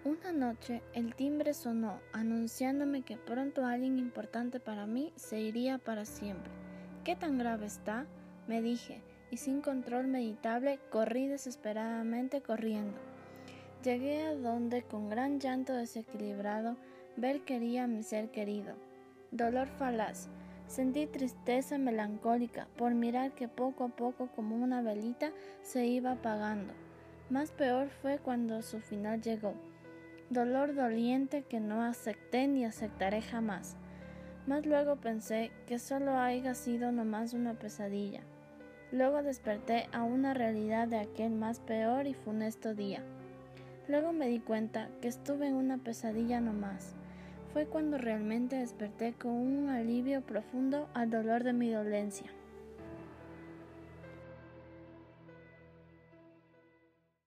Una noche el timbre sonó, anunciándome que pronto alguien importante para mí se iría para siempre. ¿Qué tan grave está?, me dije, y sin control meditable corrí desesperadamente corriendo. Llegué a donde, con gran llanto desequilibrado, Bel quería a mi ser querido. Dolor falaz. Sentí tristeza melancólica por mirar que poco a poco, como una velita, se iba apagando. Más peor fue cuando su final llegó. Dolor doliente que no acepté ni aceptaré jamás. Mas luego pensé que solo haya sido nomás una pesadilla. Luego desperté a una realidad de aquel más peor y funesto día. Luego me di cuenta que estuve en una pesadilla nomás. Fue cuando realmente desperté con un alivio profundo al dolor de mi dolencia.